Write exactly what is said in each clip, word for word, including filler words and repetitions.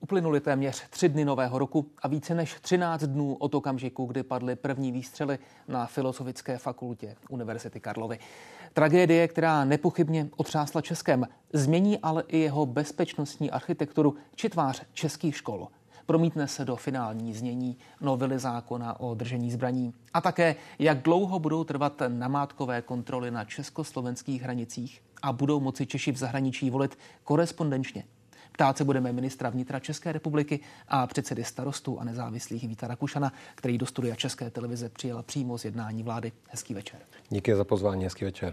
Uplynuly téměř tři dny nového roku a více než třináct dnů od okamžiku, kdy padly první výstřely na Filozofické fakultě Univerzity Karlovy. Tragédie, která nepochybně otřásla Českem, změní ale i jeho bezpečnostní architekturu či tvář českých škol. Promítne se do finální znění novely zákona o držení zbraní a také, jak dlouho budou trvat namátkové kontroly na československých hranicích a budou moci Češi v zahraničí volit korespondenčně. Ptát se budeme ministra vnitra České republiky a předsedy Starostů a nezávislých Víta Rakušana, který do studia České televize přijel přímo z jednání vlády. Hezký večer. Díky za pozvání, hezký večer.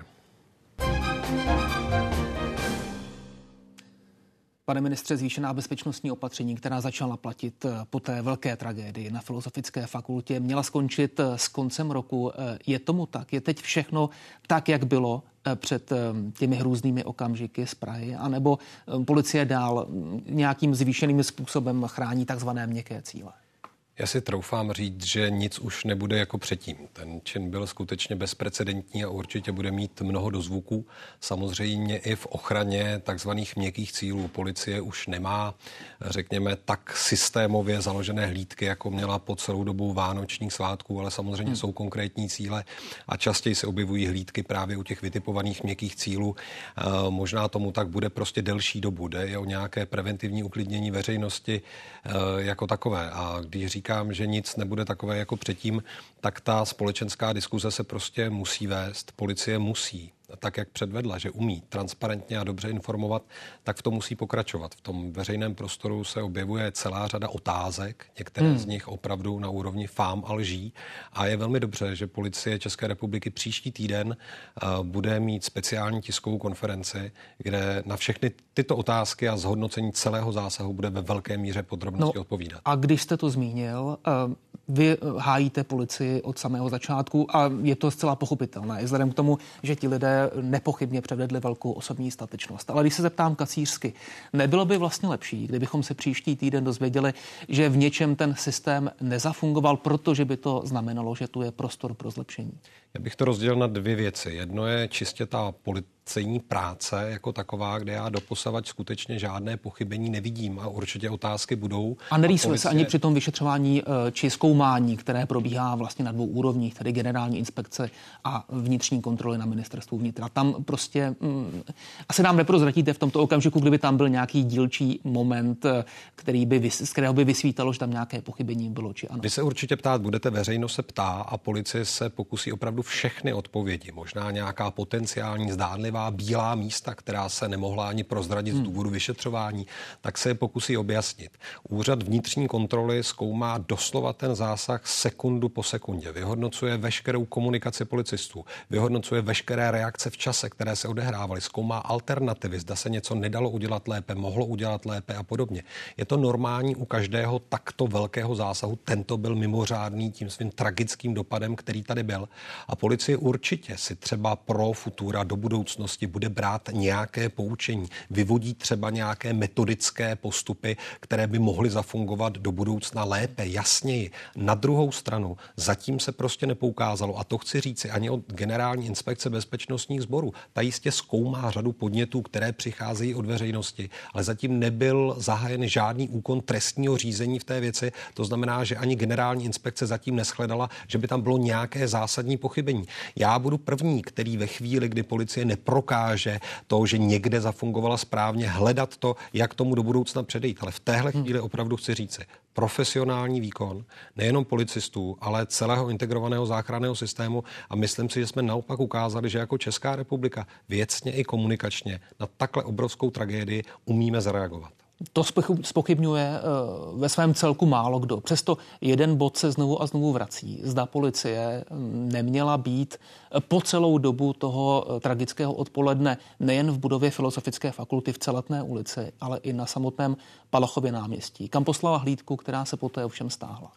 Pane ministře, zvýšená bezpečnostní opatření, která začala platit po té velké tragédii na Filozofické fakultě, měla skončit s koncem roku. Je tomu tak? Je teď všechno tak, jak bylo před těmi hrůznými okamžiky z Prahy? A nebo policie dál nějakým zvýšeným způsobem chrání takzvané měkké cíle? Já si troufám říct, že nic už nebude jako předtím. Ten čin byl skutečně bezprecedentní a určitě bude mít mnoho dozvuků. Samozřejmě i v ochraně takzvaných měkkých cílů. Policie už nemá, řekněme, tak systémově založené hlídky, jako měla po celou dobu vánočních svátků, ale samozřejmě hmm. jsou konkrétní cíle a častěji se objevují hlídky právě u těch vytipovaných měkkých cílů. E, možná tomu tak bude prostě delší dobu. Jde o nějaké preventivní uklidnění veřejnosti e, jako takové. A když říkám, Říkám, že nic nebude takové jako předtím, tak ta společenská diskuze se prostě musí vést. Policie musí, tak jak předvedla, že umí transparentně a dobře informovat, tak v tom musí pokračovat. V tom veřejném prostoru se objevuje celá řada otázek, některé hmm. z nich opravdu na úrovni fám a lží. A je velmi dobře, že Policie České republiky příští týden uh, bude mít speciální tiskovou konferenci, kde na všechny tyto otázky a zhodnocení celého zásahu bude ve velké míře podrobnosti no, odpovídat. A když jste to zmínil, uh, vy hájíte policii od samého začátku a je to zcela pochopitelné, vzhledem k tomu, že ti lidé nepochybně předvedli velkou osobní statečnost. Ale když se zeptám kacířsky, nebylo by vlastně lepší, kdybychom se příští týden dozvěděli, že v něčem ten systém nezafungoval, protože by to znamenalo, že tu je prostor pro zlepšení? Já bych to rozdělil na dvě věci. Jedno je čistě ta policejní práce jako taková, kde já doposavad skutečně žádné pochybení nevidím a určitě otázky budou. A nerýsuje policie... se ani při tom vyšetřování či zkoumání, které probíhá vlastně na dvou úrovních, tedy generální inspekce a vnitřní kontroly na ministerstvu vnitra. Tam prostě mm, asi nám neprozratíte v tomto okamžiku, kdyby tam byl nějaký dílčí moment, který by, z kterého by vysvítalo, že tam nějaké pochybení bylo, či ano. Vy se určitě ptát budete, veřejnost se ptá a policie se pokusí opravdu všechny odpovědi. Možná nějaká potenciální zdánlivá bílá místa, která se nemohla ani prozradit hmm. z důvodu vyšetřování, tak se je pokusí objasnit. Úřad vnitřní kontroly zkoumá doslova ten zásah sekundu po sekundě. Vyhodnocuje veškerou komunikaci policistů, vyhodnocuje veškeré reakce v čase, které se odehrávaly, zkoumá alternativy, zda se něco nedalo udělat lépe, mohlo udělat lépe a podobně. Je to normální u každého takto velkého zásahu. Tento byl mimořádný tím svým tragickým dopadem, který tady byl. A policie určitě si třeba pro futura do budoucnosti bude brát nějaké poučení, vyvodí třeba nějaké metodické postupy, které by mohly zafungovat do budoucna lépe, jasněji. Na druhou stranu zatím se prostě nepoukázalo, a to chci říci ani od Generální inspekce bezpečnostních sborů. Ta jistě zkoumá řadu podnětů, které přicházejí od veřejnosti, ale zatím nebyl zahájen žádný úkon trestního řízení v té věci. To znamená, že ani Generální inspekce zatím neshledala, že by tam bylo nějaké zásadní pochybení. Já budu první, který ve chvíli, kdy policie neprokáže to, že někde zafungovala správně, hledat to, jak tomu do budoucna předejít. Ale v téhle chvíli opravdu chci říci, profesionální výkon nejenom policistů, ale celého integrovaného záchranného systému a myslím si, že jsme naopak ukázali, že jako Česká republika věcně i komunikačně na takhle obrovskou tragédii umíme zareagovat. To zpochybňuje ve svém celku málo kdo. Přesto jeden bod se znovu a znovu vrací. Zda policie neměla být po celou dobu toho tragického odpoledne nejen v budově Filozofické fakulty v Celetné ulici, ale i na samotném Palachově náměstí, kam poslala hlídku, která se poté ovšem stáhla.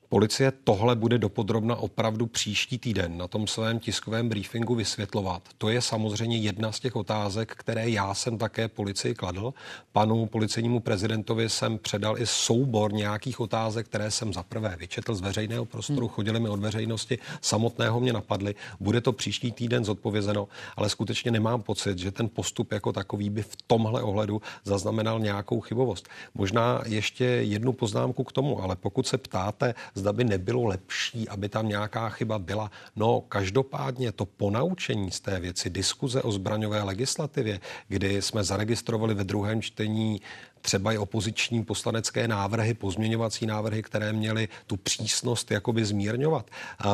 Policie tohle bude dopodrobna opravdu příští týden na tom svém tiskovém briefingu vysvětlovat. To je samozřejmě jedna z těch otázek, které já jsem také policii kladl. Panu policejnímu prezidentovi jsem předal i soubor nějakých otázek, které jsem zaprvé vyčetl z veřejného prostoru, chodili mi od veřejnosti, samotného mě napadly. Bude to příští týden zodpovězeno, ale skutečně nemám pocit, že ten postup jako takový by v tomhle ohledu zaznamenal nějakou chybovost. Možná ještě jednu poznámku k tomu, ale pokud se ptáte, zda by nebylo lepší, aby tam nějaká chyba byla. No, každopádně to ponaučení z té věci, diskuze o zbraňové legislativě, kdy jsme zaregistrovali ve druhém čtení třeba i opoziční poslanecké návrhy, pozměňovací návrhy, které měly tu přísnost jakoby zmírňovat.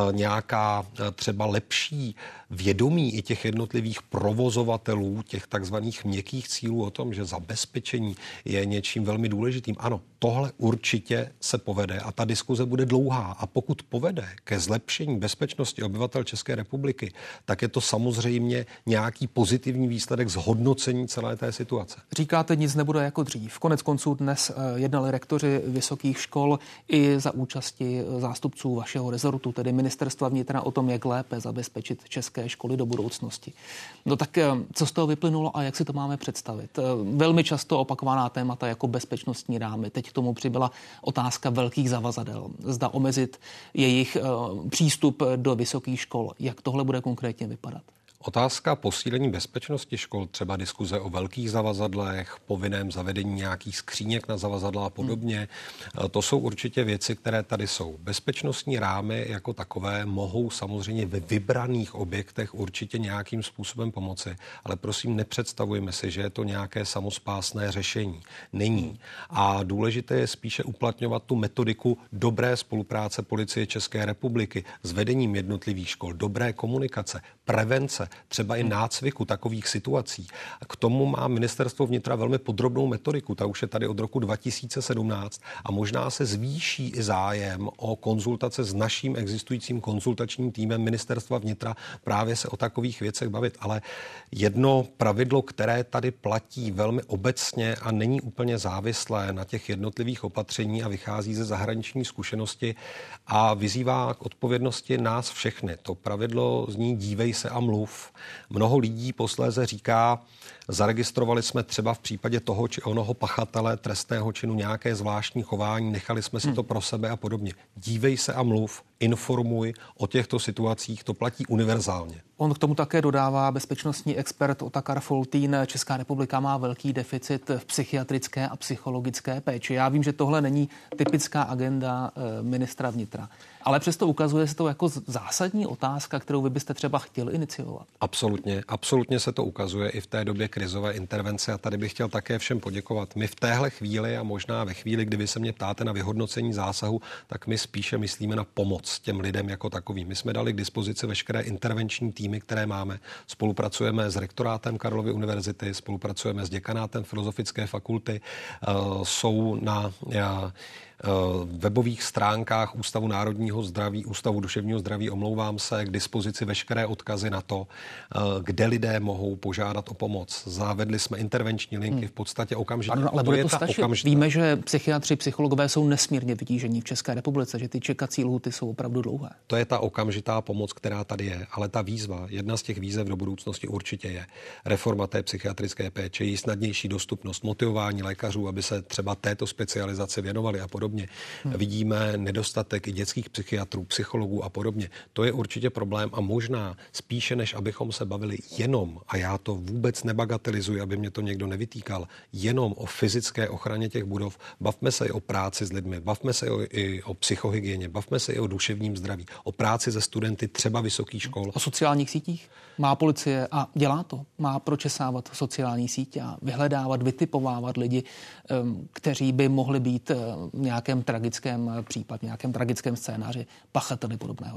Nějaká třeba lepší vědomí i těch jednotlivých provozovatelů, těch takzvaných měkkých cílů o tom, že zabezpečení je něčím velmi důležitým. Ano, tohle určitě se povede a ta diskuze bude dlouhá. A pokud povede ke zlepšení bezpečnosti obyvatel České republiky, tak je to samozřejmě nějaký pozitivní výsledek zhodnocení celé té situace. Říkáte, nic nebude jako dřív. Konec konců dnes jednali rektoři vysokých škol i za účasti zástupců vašeho rezortu, tedy Ministerstva vnitra, o tom, jak lépe zabezpečit české školy do budoucnosti. No tak co z toho vyplynulo a jak si to máme představit? Velmi často opakovaná témata jako bezpečnostní rámy. Teď k tomu přibyla otázka velkých zavazadel. Zda omezit jejich přístup do vysokých škol. Jak tohle bude konkrétně vypadat? Otázka posílení bezpečnosti škol, třeba diskuze o velkých zavazadlech, povinném zavedení nějakých skříněk na zavazadla a podobně, hmm. to jsou určitě věci, které tady jsou. Bezpečnostní rámy jako takové mohou samozřejmě ve vybraných objektech určitě nějakým způsobem pomoci, ale prosím, nepředstavujme si, že je to nějaké samospásné řešení. Není. A důležité je spíše uplatňovat tu metodiku dobré spolupráce Policie České republiky s vedením jednotlivých škol, dobré komunikace, prevence, třeba i nácviku takových situací. K tomu má Ministerstvo vnitra velmi podrobnou metodiku, ta už je tady od roku dva tisíce sedmnáct a možná se zvýší i zájem o konzultace s naším existujícím konzultačním týmem Ministerstva vnitra právě se o takových věcech bavit. Ale jedno pravidlo, které tady platí velmi obecně a není úplně závislé na těch jednotlivých opatření a vychází ze zahraniční zkušenosti a vyzývá k odpovědnosti nás všechny. To pravidlo zní dívej se a mluv. Mnoho lidí posléze říká, zaregistrovali jsme třeba v případě toho či onoho pachatele trestného činu nějaké zvláštní chování, nechali jsme si to pro sebe a podobně. Dívej se a mluv, informuj o těchto situacích, to platí univerzálně. On k tomu také dodává bezpečnostní expert Otakar Foltín. Česká republika má velký deficit v psychiatrické a psychologické péči. Já vím, že tohle není typická agenda ministra vnitra, ale přesto ukazuje se to jako zásadní otázka, kterou vy byste třeba chtěl iniciovat. Absolutně, absolutně se to ukazuje i v té době krizové intervence a tady bych chtěl také všem poděkovat. My v téhle chvíli a možná ve chvíli, kdy vy se mě ptáte na vyhodnocení zásahu, tak my spíše myslíme na pomoc těm lidem jako takovým. My jsme dali k dispozici veškeré intervenční týmy, které máme. Spolupracujeme s rektorátem Karlovy univerzity, spolupracujeme s děkanátem Filozofické fakulty, jsou na webových stránkách Ústavu národního zdraví, Ústavu duševního zdraví, omlouvám se, k dispozici veškeré odkazy na to, kde lidé mohou požádat o pomoc. Zavedli jsme intervenční linky v podstatě okamžitě. Pardon, ale bude to stačit. Okamžitá... Víme, že psychiatři, psychologové jsou nesmírně vytížení v České republice, že ty čekací lhůty jsou opravdu dlouhé. To je ta okamžitá pomoc, která tady je, ale ta výzva, jedna z těch výzev do budoucnosti určitě je reforma té psychiatrické péče, její snadnější dostupnost, motivování lékařů, aby se třeba této specializaci věnovali a podobně. Hmm. Vidíme nedostatek i dětských psychiatrů, psychologů a podobně. To je určitě problém a možná spíše, než abychom se bavili jenom, a já to vůbec nebagatelizuji, aby mě to někdo nevytýkal, jenom o fyzické ochraně těch budov, bavme se i o práci s lidmi, bavme se o, i o psychohygieně, bavme se i o duševním zdraví, o práci se studenty třeba vysokých škol. O sociálních sítích? Má policie a dělá to. Má pročesávat sociální sítě a vyhledávat, vytipovávat lidi, kteří by mohli být v nějakém tragickém případě, nějakém tragickém scénáři pachateli podobného činu.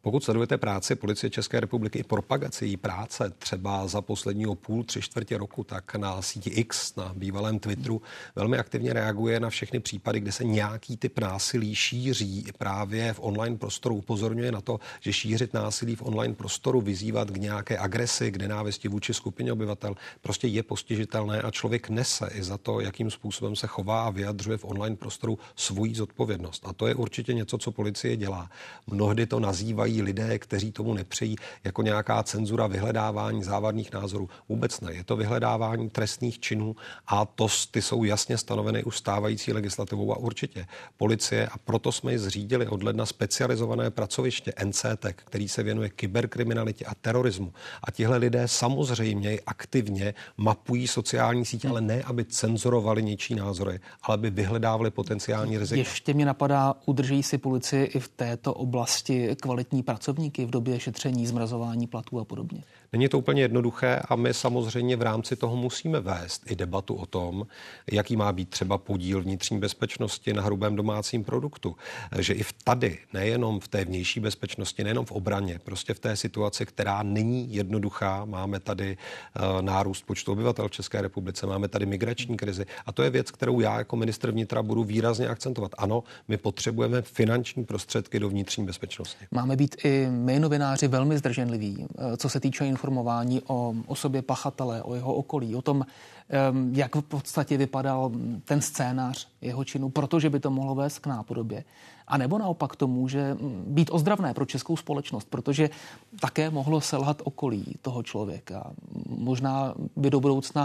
Pokud sledujete práci Policie České republiky i propagaci její práce třeba za posledního půl, tři čtvrtě roku, tak na síti X, na bývalém Twitteru, velmi aktivně reaguje na všechny případy, kde se nějaký typ násilí šíří právě v online prostoru. Upozorňuje na to, že šířit násilí v online prostoru, vyzývat k nějaké agresi, k nenávisti vůči skupině obyvatel, prostě je postižitelné a člověk nese i za to, jakým způsobem se chová a vyjadřuje v online prostoru svoji zodpovědnost. A to je určitě něco, co policie dělá. Mnohdy to nazývají lidé, kteří tomu nepřejí, jako nějaká cenzura, vyhledávání závadných názorů. Vůbec ne. Je to vyhledávání trestných činů a to ty jsou jasně stanoveny už stávající legislativou a určitě policie, a proto jsme ji zřídili od ledna specializované pracoviště N C T E C, který se věnuje kyberkriminalitě a terorismu. A tihle lidé samozřejmě aktivně mapují sociální sítě, ale ne, aby cenzurovali něčí názory, ale aby vyhledávali potenciální rizika. Ještě mě napadá, udrží si policie i v této oblasti kvalitní pracovníky v době šetření, zmrazování platů a podobně? Není to úplně jednoduché a my samozřejmě v rámci toho musíme vést i debatu o tom, jaký má být třeba podíl vnitřní bezpečnosti na hrubém domácím produktu. Že i v tady, nejenom v té vnější bezpečnosti, nejenom v obraně, prostě v té situaci, která není jednoduchá, máme tady uh, nárůst počtu obyvatel v České republice, máme tady migrační krizi a to je věc, kterou já jako ministr vnitra budu výrazně akcentovat. Ano, my potřebujeme finanční prostředky do vnitřní bezpečnosti. Máme být i my novináři velmi zdrženliví, co se týče informování o osobě pachatele, o jeho okolí, o tom, jak v podstatě vypadal ten scénář jeho činu, protože by to mohlo vést k nápodobě. A nebo naopak to může být ozdravné pro českou společnost, protože také mohlo selhat okolí toho člověka. Možná by do budoucna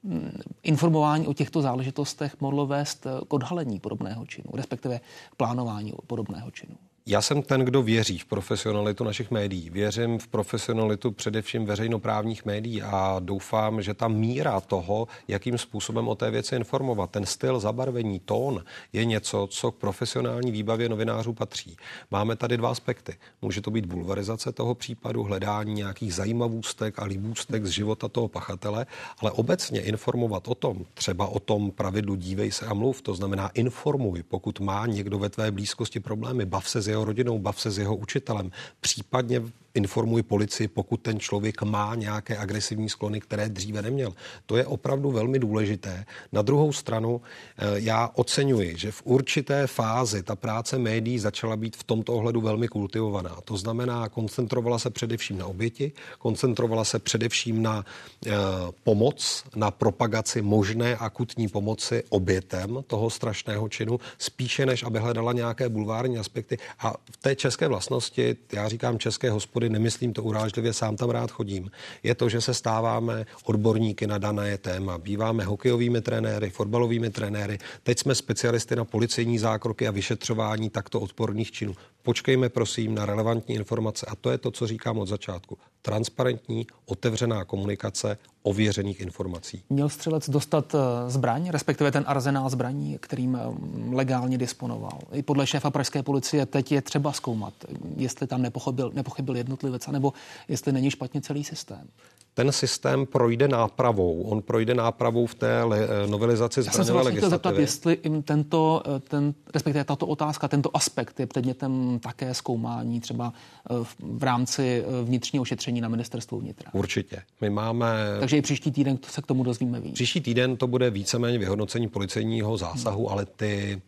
informování o těchto záležitostech mohlo vést k odhalení podobného činu, respektive plánování podobného činu. Já jsem ten, kdo věří v profesionalitu našich médií. Věřím v profesionalitu především veřejnoprávních médií a doufám, že ta míra toho, jakým způsobem o té věci informovat, ten styl, zabarvení, tón, je něco, co k profesionální výbavě novinářů patří. Máme tady dva aspekty. Může to být bulvarizace toho případu, hledání nějakých zajímavůstek a líbůstek z života toho pachatele, ale obecně informovat o tom, třeba o tom pravidlu dívej se a mluv, to znamená informuj, pokud má někdo ve tvé blízkosti problémy, bav se s jeho rodinou, bav se s jeho učitelem, případně informuj policii, pokud ten člověk má nějaké agresivní sklony, které dříve neměl. To je opravdu velmi důležité. Na druhou stranu já oceňuji, že v určité fázi ta práce médií začala být v tomto ohledu velmi kultivovaná. To znamená, koncentrovala se především na oběti, koncentrovala se především na e, pomoc, na propagaci možné akutní pomoci obětem toho strašného činu, spíše než aby hledala nějaké bulvární aspekty. A v té české vlastnosti, já říkám české hospody, nemyslím to urážlivě, sám tam rád chodím, je to, že se stáváme odborníky na dané téma. Býváme hokejovými trenéry, fotbalovými trenéry, teď jsme specialisty na policejní zákroky a vyšetřování takto odporných činů. Počkejme prosím na relevantní informace a to je to, co říkám od začátku. Transparentní, otevřená komunikace ověřených informací. Měl střelec dostat zbraň, respektive ten arzenál zbraní, kterým legálně disponoval. I podle šéfa pražské policie teď je třeba zkoumat, jestli tam nepochybil, nepochybil jednotlivec, anebo jestli není špatně celý systém. Ten systém projde nápravou. On projde nápravou v té le- novelizaci zbraňové legislativy. Já jsem se vlastně zeptat, jestli jim tento, ten, respektive tato otázka, tento aspekt je předmětem také zkoumání třeba v, v rámci vnitřního šetření na ministerstvu vnitra. Určitě. My máme... Takže i příští týden se k tomu dozvíme víc. Příští týden to bude víceméně vyhodnocení policejního zásahu, hmm. ale ty...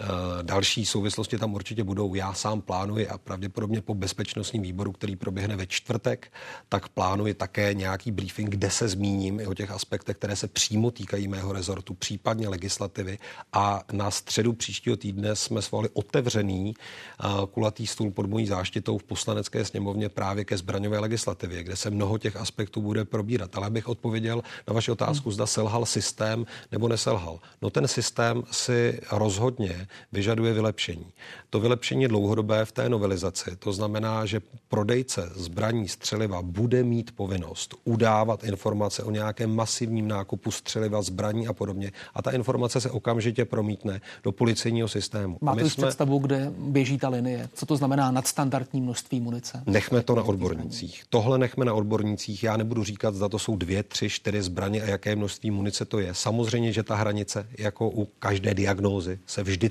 Další souvislosti tam určitě budou. Já sám plánuji a pravděpodobně po bezpečnostním výboru, který proběhne ve čtvrtek, tak plánuji také nějaký briefing, kde se zmíním i o těch aspektech, které se přímo týkají mého rezortu, případně legislativy. A na středu příštího týdne jsme svolali otevřený kulatý stůl pod mojí záštitou v Poslanecké sněmovně právě ke zbraňové legislativě, kde se mnoho těch aspektů bude probírat. Ale abych odpověděl na vaši otázku, zda selhal systém nebo neselhal. No ten systém si rozhodně vyžaduje vylepšení. To vylepšení je dlouhodobé v té novelizaci. To znamená, že prodejce zbraní střeliva bude mít povinnost udávat informace o nějakém masivním nákupu střeliva, zbraní a podobně. A ta informace se okamžitě promítne do policejního systému. Máte už jsme... představu, kde běží ta linie? Co to znamená nadstandardní množství munice? Nechme to na odbornících. Tohle nechme na odbornících. Já nebudu říkat, zda to jsou dvě, tři, čtyři zbraně a jaké množství munice to je. Samozřejmě, že ta hranice, jako u každé diagnózy, se vždy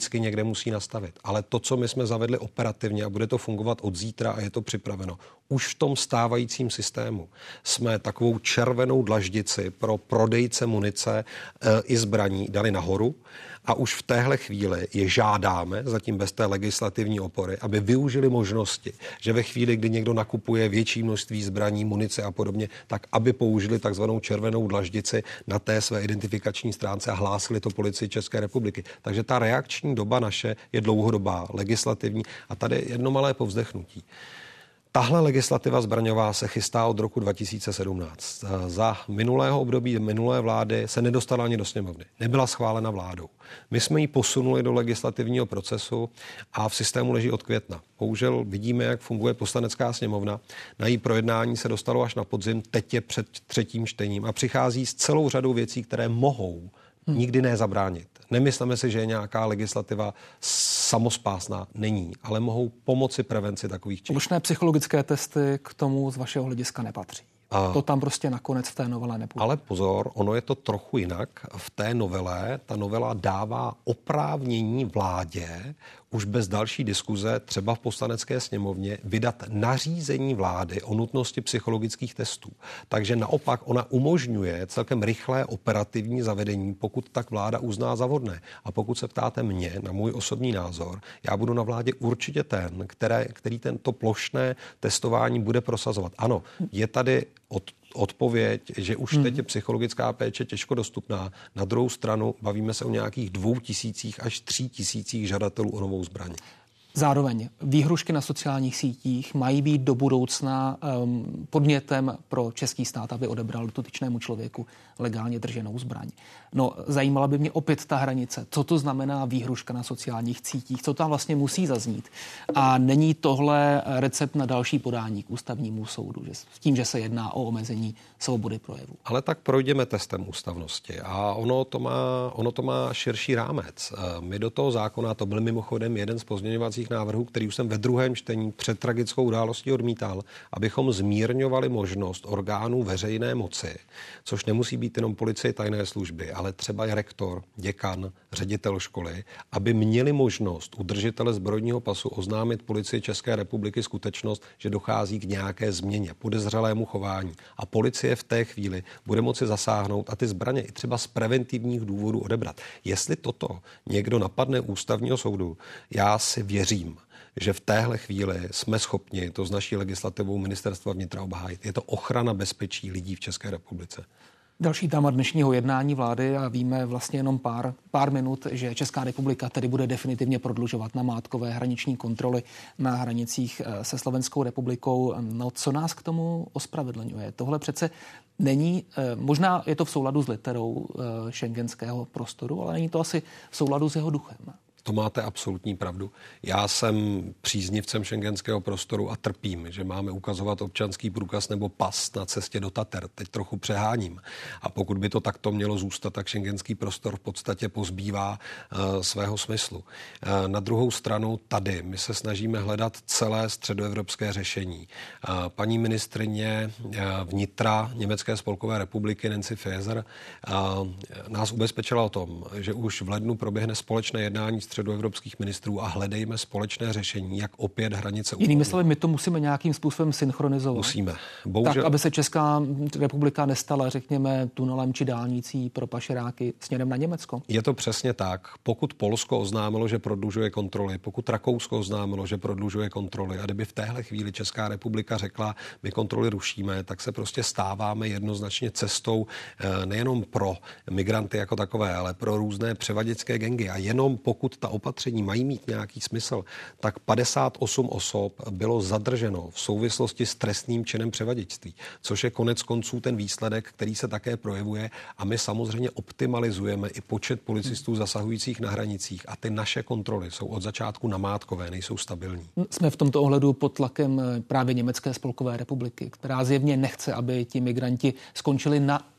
vždycky někde musí nastavit. Ale to, co my jsme zavedli operativně a bude to fungovat od zítra a je to připraveno, už v tom stávajícím systému jsme takovou červenou dlaždici pro prodejce munice e, i zbraní dali nahoru. A už v téhle chvíli je žádáme, zatím bez té legislativní opory, aby využili možnosti, že ve chvíli, kdy někdo nakupuje větší množství zbraní, munice a podobně, tak aby použili takzvanou červenou dlaždici na té své identifikační stránce a hlásili to policii České republiky. Takže ta reakční doba naše je dlouhodobá, legislativní a tady jedno malé povzdechnutí. Tahle legislativa zbraňová se chystá od roku dva tisíce sedmnáct. Za minulého období minulé vlády se nedostala ani do sněmovny. Nebyla schválena vládou. My jsme ji posunuli do legislativního procesu a v systému leží od května. Bohužel vidíme, jak funguje poslanecká sněmovna. Na její projednání se dostalo až na podzim, teď je před třetím čtením a přichází s celou řadou věcí, které mohou Hmm. nikdy nezabránit. Nemyslíme si, že je nějaká legislativa samospásná. Není, ale mohou pomoci prevenci takových činů. Plošné psychologické testy k tomu z vašeho hlediska nepatří. A to tam prostě nakonec v té novele nepůjde. Ale pozor, ono je to trochu jinak. V té novele, ta novela dává oprávnění vládě už bez další diskuze, třeba v poslanecké sněmovně, vydat nařízení vlády o nutnosti psychologických testů. Takže naopak ona umožňuje celkem rychlé operativní zavedení, pokud tak vláda uzná za vhodné. A pokud se ptáte mě, na můj osobní názor, já budu na vládě určitě ten, které, který tento plošné testování bude prosazovat. Ano, je tady od odpověď, že už teď je psychologická péče těžko dostupná. Na druhou stranu bavíme se o nějakých dvou tisících až tří tisících žadatelů o novou zbraň. Zároveň výhrušky na sociálních sítích mají být do budoucna um, podnětem pro český stát, aby odebral dotyčnému člověku legálně drženou zbraň. No, zajímala by mě opět ta hranice. Co to znamená výhruška na sociálních sítích? Co tam vlastně musí zaznít? A není tohle recept na další podání k ústavnímu soudu, že s tím, že se jedná o omezení svobody projevu? Ale tak projdeme testem ústavnosti a ono to má, ono to má širší rámec. My do toho zákona, to byl mimochodem jeden z pozměňovacích návrhů, který už jsem ve druhém čtení před tragickou událostí odmítal, abychom zmírňovali možnost orgánů veřejné moci, což nemusí být jenom policie, tajné služby, ale třeba i rektor, děkan, ředitel školy, aby měli možnost u držitele zbrojního pasu oznámit policii České republiky skutečnost, že dochází k nějaké změně, podezřelému chování. A policie v té chvíli bude moci zasáhnout a ty zbraně i třeba z preventivních důvodů odebrat. Jestli toto někdo napadne ústavního soudu, já si věřím, že v téhle chvíli jsme schopni to s naší legislativou ministerstva vnitra obhájit. Je to ochrana bezpečí lidí v České republice. Další téma dnešního jednání vlády a víme vlastně jenom pár, pár minut, že Česká republika tedy bude definitivně prodlužovat namátkové hraniční kontroly na hranicích se Slovenskou republikou. No, co nás k tomu ospravedlňuje? Tohle přece není, možná je to v souladu s literou schengenského prostoru, ale není to asi v souladu s jeho duchem. To máte absolutní pravdu. Já jsem příznivcem schengenského prostoru a trpím, že máme ukazovat občanský průkaz nebo pas na cestě do Tater. Teď trochu přeháním. A pokud by to takto mělo zůstat, tak schengenský prostor v podstatě pozbývá uh, svého smyslu. Uh, na druhou stranu tady my se snažíme hledat celé středoevropské řešení. Uh, paní ministryně uh, vnitra Německé spolkové republiky Nancy Faeser uh, nás ubezpečila o tom, že už v lednu proběhne společné jednání středoevropských ministrů a hledejme společné řešení, jak opět hranice uvolnit. Jinými slovy, my to musíme nějakým způsobem synchronizovat. Musíme. Bohužel... Tak, aby se Česká republika nestala, řekněme, tunelem či dálnicí pro pašeráky směrem na Německo. Je to přesně tak. Pokud Polsko oznámilo, že prodlužuje kontroly, pokud Rakousko oznámilo, že prodlužuje kontroly, a kdyby v téhle chvíli Česká republika řekla, my kontroly rušíme, tak se prostě stáváme jednoznačně cestou nejenom pro migranty jako takové, ale pro různé převaděčské gangy. A jenom pokud ta opatření mají mít nějaký smysl, tak padesát osm osob bylo zadrženo v souvislosti s trestným činem převaděčství, což je konec konců ten výsledek, který se také projevuje a my samozřejmě optimalizujeme i počet policistů zasahujících na hranicích a ty naše kontroly jsou od začátku namátkové, nejsou stabilní. Jsme v tomto ohledu pod tlakem právě Německé spolkové republiky, která zjevně nechce, aby ti migranti skončili na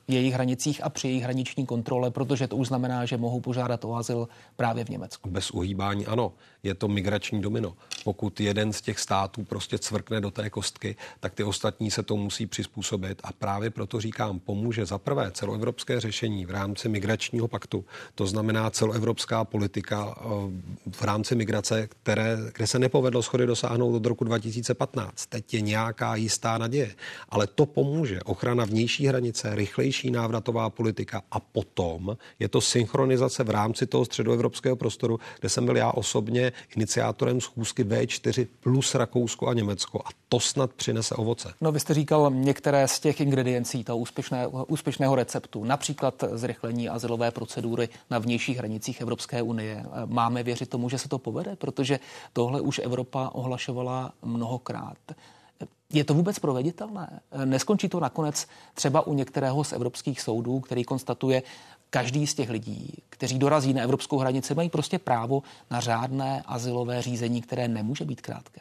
jejich hranicích a při jejich hraniční kontrole, protože to už znamená, že mohou požádat o azyl právě v Německu. Bez uhýbání ano, je to migrační domino. Pokud jeden z těch států prostě cvrkne do té kostky, tak ty ostatní se to musí přizpůsobit a právě proto říkám, pomůže za prvé celoevropské řešení v rámci migračního paktu. To znamená celoevropská politika v rámci migrace, které, kde se nepovedlo shody dosáhnout od roku dva tisíce patnáct. Teď je nějaká jistá naděje, ale to pomůže. Ochrana vnější hranice, rychlejší návratová politika a potom je to synchronizace v rámci toho středoevropského prostoru, kde jsem byl já osobně iniciátorem schůzky vé čtyři plus Rakousko a Německo a to snad přinese ovoce. No, vy jste říkal některé z těch ingrediencí toho úspěšného, úspěšného receptu, například zrychlení azylové procedury na vnějších hranicích Evropské unie. Máme věřit tomu, že se to povede, protože tohle už Evropa ohlašovala mnohokrát. Je to vůbec proveditelné? Neskončí to nakonec třeba u některého z evropských soudů, který konstatuje, každý z těch lidí, kteří dorazí na evropskou hranici, mají prostě právo na řádné azylové řízení, které nemůže být krátké?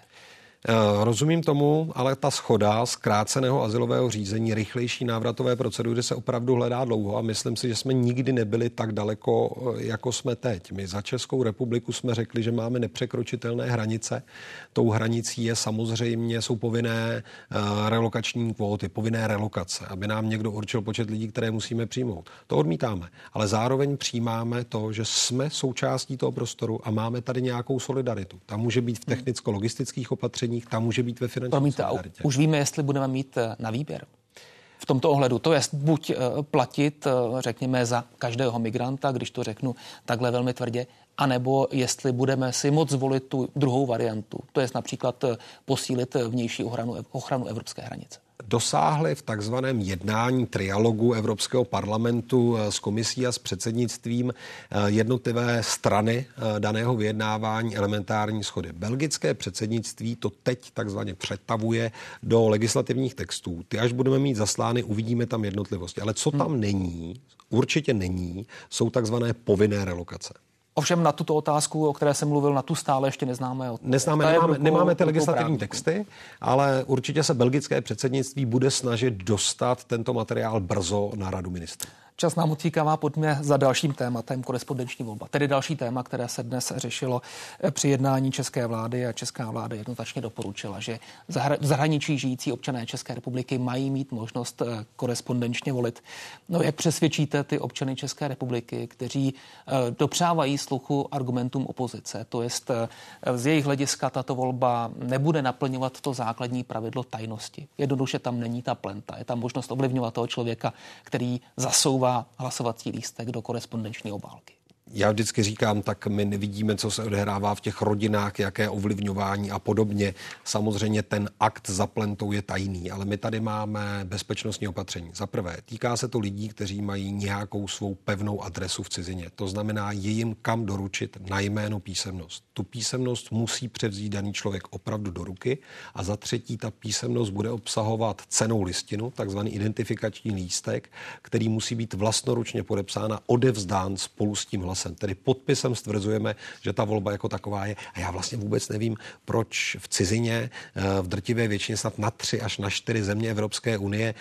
Rozumím tomu, ale ta shoda zkráceného azylového řízení, rychlejší návratové procedury se opravdu hledá dlouho a myslím si, že jsme nikdy nebyli tak daleko, jako jsme teď. My za Českou republiku jsme řekli, že máme nepřekročitelné hranice. Tou hranicí je samozřejmě, jsou povinné relokační kvóty, povinné relokace, aby nám někdo určil počet lidí, které musíme přijmout. To odmítáme, ale zároveň přijímáme to, že jsme součástí toho prostoru a máme tady nějakou solidaritu. Ta může být v technicko-logistických opatřeních, tam může být ve finanční Promiňte, solidaritě. Už víme, jestli budeme mít na výběr v tomto ohledu. To je buď platit, řekněme, za každého migranta, když to řeknu takhle velmi tvrdě, anebo jestli budeme si moc zvolit tu druhou variantu. To je například posílit vnější ochranu, ochranu evropské hranice. Dosáhli v takzvaném jednání trialogu Evropského parlamentu s komisí a s předsednictvím jednotlivé strany daného vyjednávání elementární shody. Belgické předsednictví to teď takzvaně přetavuje do legislativních textů. Ty, až budeme mít zaslány, uvidíme tam jednotlivosti. Ale co tam není, určitě není, jsou takzvané povinné relokace. Ovšem na tuto otázku, o které jsem mluvil, na tu stále ještě neznáme. Neznáme, nemáme, nemáme ty legislativní texty, ale určitě se belgické předsednictví bude snažit dostat tento materiál brzo na Radu ministrů. Čas nám utíkává, pojďme za dalším tématem, korespondenční volba. Tedy další téma, které se dnes řešilo při jednání české vlády a česká vláda jednoznačně doporučila, že v zahraničí žijící občané České republiky mají mít možnost korespondenčně volit. No, jak přesvědčíte ty občany České republiky, kteří dopřávají sluchu argumentům opozice, to jest z jejich hlediska tato volba nebude naplňovat to základní pravidlo tajnosti. Jednoduše tam není ta plenta, je tam možnost ovlivňovat toho člověka, který zasouvá hlasovací lístek do korespondenční obálky. Já vždycky říkám, tak my nevidíme, co se odehrává v těch rodinách, jaké ovlivňování a podobně. Samozřejmě ten akt za plentou je tajný, ale my tady máme bezpečnostní opatření. Za prvé, týká se to lidí, kteří mají nějakou svou pevnou adresu v cizině. To znamená, je jim kam doručit na jméno písemnost. Tu písemnost musí převzít daný člověk opravdu do ruky a za třetí, ta písemnost bude obsahovat cennou listinu, takzvaný identifikační lístek, který musí být vlastnoručně podepsán a odevzdán spolu s tím hlasem. Tedy podpisem stvrzujeme, že ta volba jako taková je. A já vlastně vůbec nevím, proč v cizině, v drtivé většině snad na tři až na čtyři země Evropské unie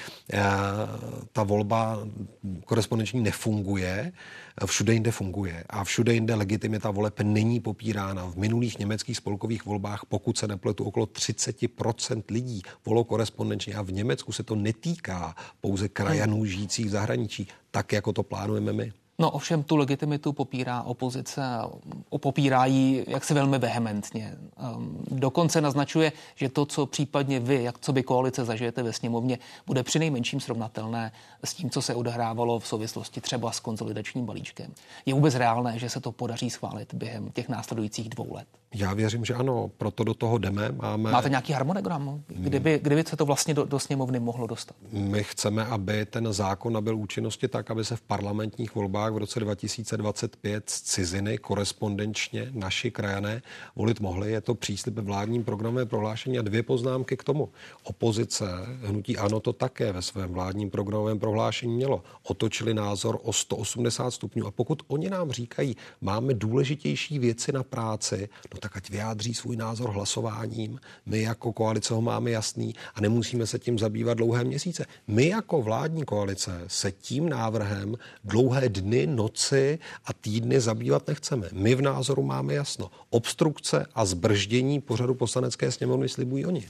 ta volba korespondenční nefunguje. Všude jinde funguje a všude jinde legitimita voleb není popírána. V minulých německých spolkových volbách, pokud se nepletu, okolo třicet procent lidí volilo korespondenčně a v Německu se to netýká pouze krajanů žijících v zahraničí, tak jako to plánujeme my. No ovšem tu legitimitu popírá opozice, popírá ji jaksi velmi vehementně. Dokonce naznačuje, že to, co případně vy, jak co by koalice zažijete ve sněmovně, bude přinejmenším srovnatelné s tím, co se odehrávalo v souvislosti třeba s konsolidačním balíčkem. Je vůbec reálné, že se to podaří schválit během těch následujících dvou let? Já věřím, že ano, proto do toho jdeme. Máme... Máte nějaký harmonogram? Kdyby, kdyby se to vlastně do, do sněmovny mohlo dostat? My chceme, aby ten zákon nabyl účinnosti tak, aby se v parlamentních volbách volbách v roce dva tisíce dvacet pět z ciziny korespondenčně naši krajané volit mohli. Je to příslib ve vládním programovém prohlášení a dvě poznámky k tomu. Opozice, hnutí ANO to také ve svém vládním programovém prohlášení mělo. Otočili názor o sto osmdesát stupňů a pokud oni nám říkají, máme důležitější věci na práci, no tak ať vyjádří svůj názor hlasováním. My jako koalice ho máme jasný a nemusíme se tím zabývat dlouhé měsíce. My jako vládní koalice se tím návrhem dlouhé dny, noci a týdny zabývat nechceme. My v názoru máme jasno. Obstrukce a zbrždění pořadu Poslanecké sněmovny slibují oni.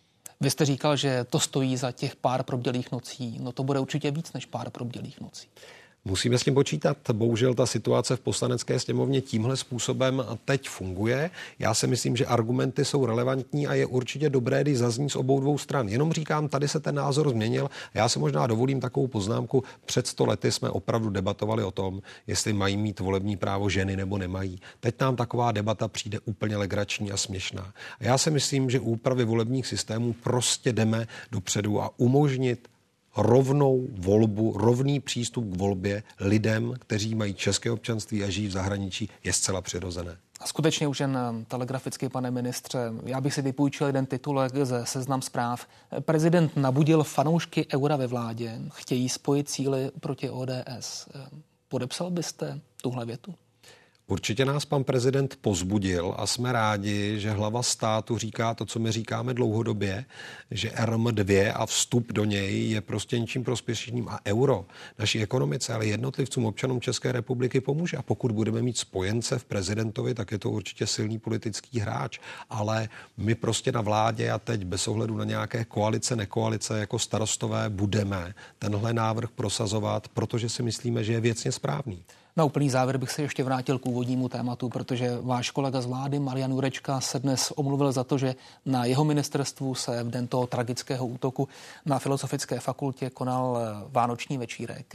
Vy jste říkal, že to stojí za těch pár probdělých nocí. No to bude určitě víc než pár probdělých nocí. Musíme s tím počítat. Bohužel ta situace v Poslanecké sněmovně tímhle způsobem teď funguje. Já si myslím, že argumenty jsou relevantní a je určitě dobré, když zazní z obou dvou stran. Jenom říkám, tady se ten názor změnil. Já si možná dovolím takovou poznámku. Před sto lety jsme opravdu debatovali o tom, jestli mají mít volební právo ženy nebo nemají. Teď nám taková debata přijde úplně legrační a směšná. A já si myslím, že u úpravy volebních systémů prostě jdeme dopředu a umožnit rovnou volbu, rovný přístup k volbě lidem, kteří mají české občanství a žijí v zahraničí, je zcela přirozené. A skutečně už jen telegraficky, pane ministře, já bych si vypůjčil jeden titulek ze Seznam Zpráv. Prezident nabudil fanoušky eura ve vládě, chtějí spojit síly proti O D S. Podepsal byste tuhle větu? Určitě nás pan prezident pozbudil a jsme rádi, že hlava státu říká to, co my říkáme dlouhodobě, že R M dva a vstup do něj je prostě něčím prospěšným a euro naší ekonomice, ale jednotlivcům občanům České republiky pomůže. A pokud budeme mít spojence v prezidentovi, tak je to určitě silný politický hráč. Ale my prostě na vládě a teď bez ohledu na nějaké koalice, nekoalice jako starostové budeme tenhle návrh prosazovat, protože si myslíme, že je věcně správný. Na úplný závěr bych se ještě vrátil k úvodnímu tématu, protože váš kolega z vlády Marian Jurečka se dnes omluvil za to, že na jeho ministerstvu se v den toho tragického útoku na Filozofické fakultě konal vánoční večírek.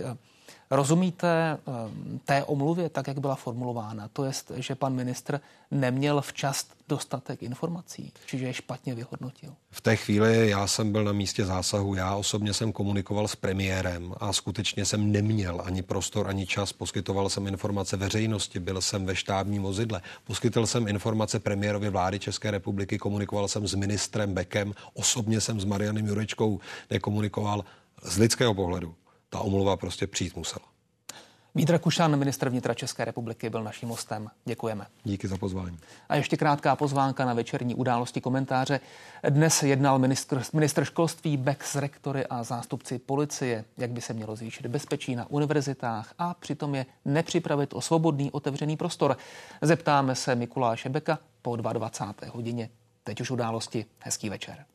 Rozumíte té omluvě tak, jak byla formulována? To je, že pan ministr neměl včas dostatek informací, čiže je špatně vyhodnotil. V té chvíli já jsem byl na místě zásahu, já osobně jsem komunikoval s premiérem a skutečně jsem neměl ani prostor, ani čas. Poskytoval jsem informace veřejnosti, byl jsem ve štábním vozidle, poskytl jsem informace premiérovi vlády České republiky, komunikoval jsem s ministrem Bekem, osobně jsem s Marianem Jurečkou nekomunikoval. Z lidského pohledu ta omluva prostě přijít musela. Vít Rakušan, ministr vnitra České republiky, byl naším hostem. Děkujeme. Díky za pozvání. A ještě krátká pozvánka na večerní Události komentáře. Dnes jednal ministr, ministr školství Bek s rektory a zástupci policie, jak by se mělo zvýšit bezpečí na univerzitách a přitom je nepřipravit o svobodný otevřený prostor. Zeptáme se Mikuláše Beka po dvacáté druhé hodině. Teď už Události. Hezký večer.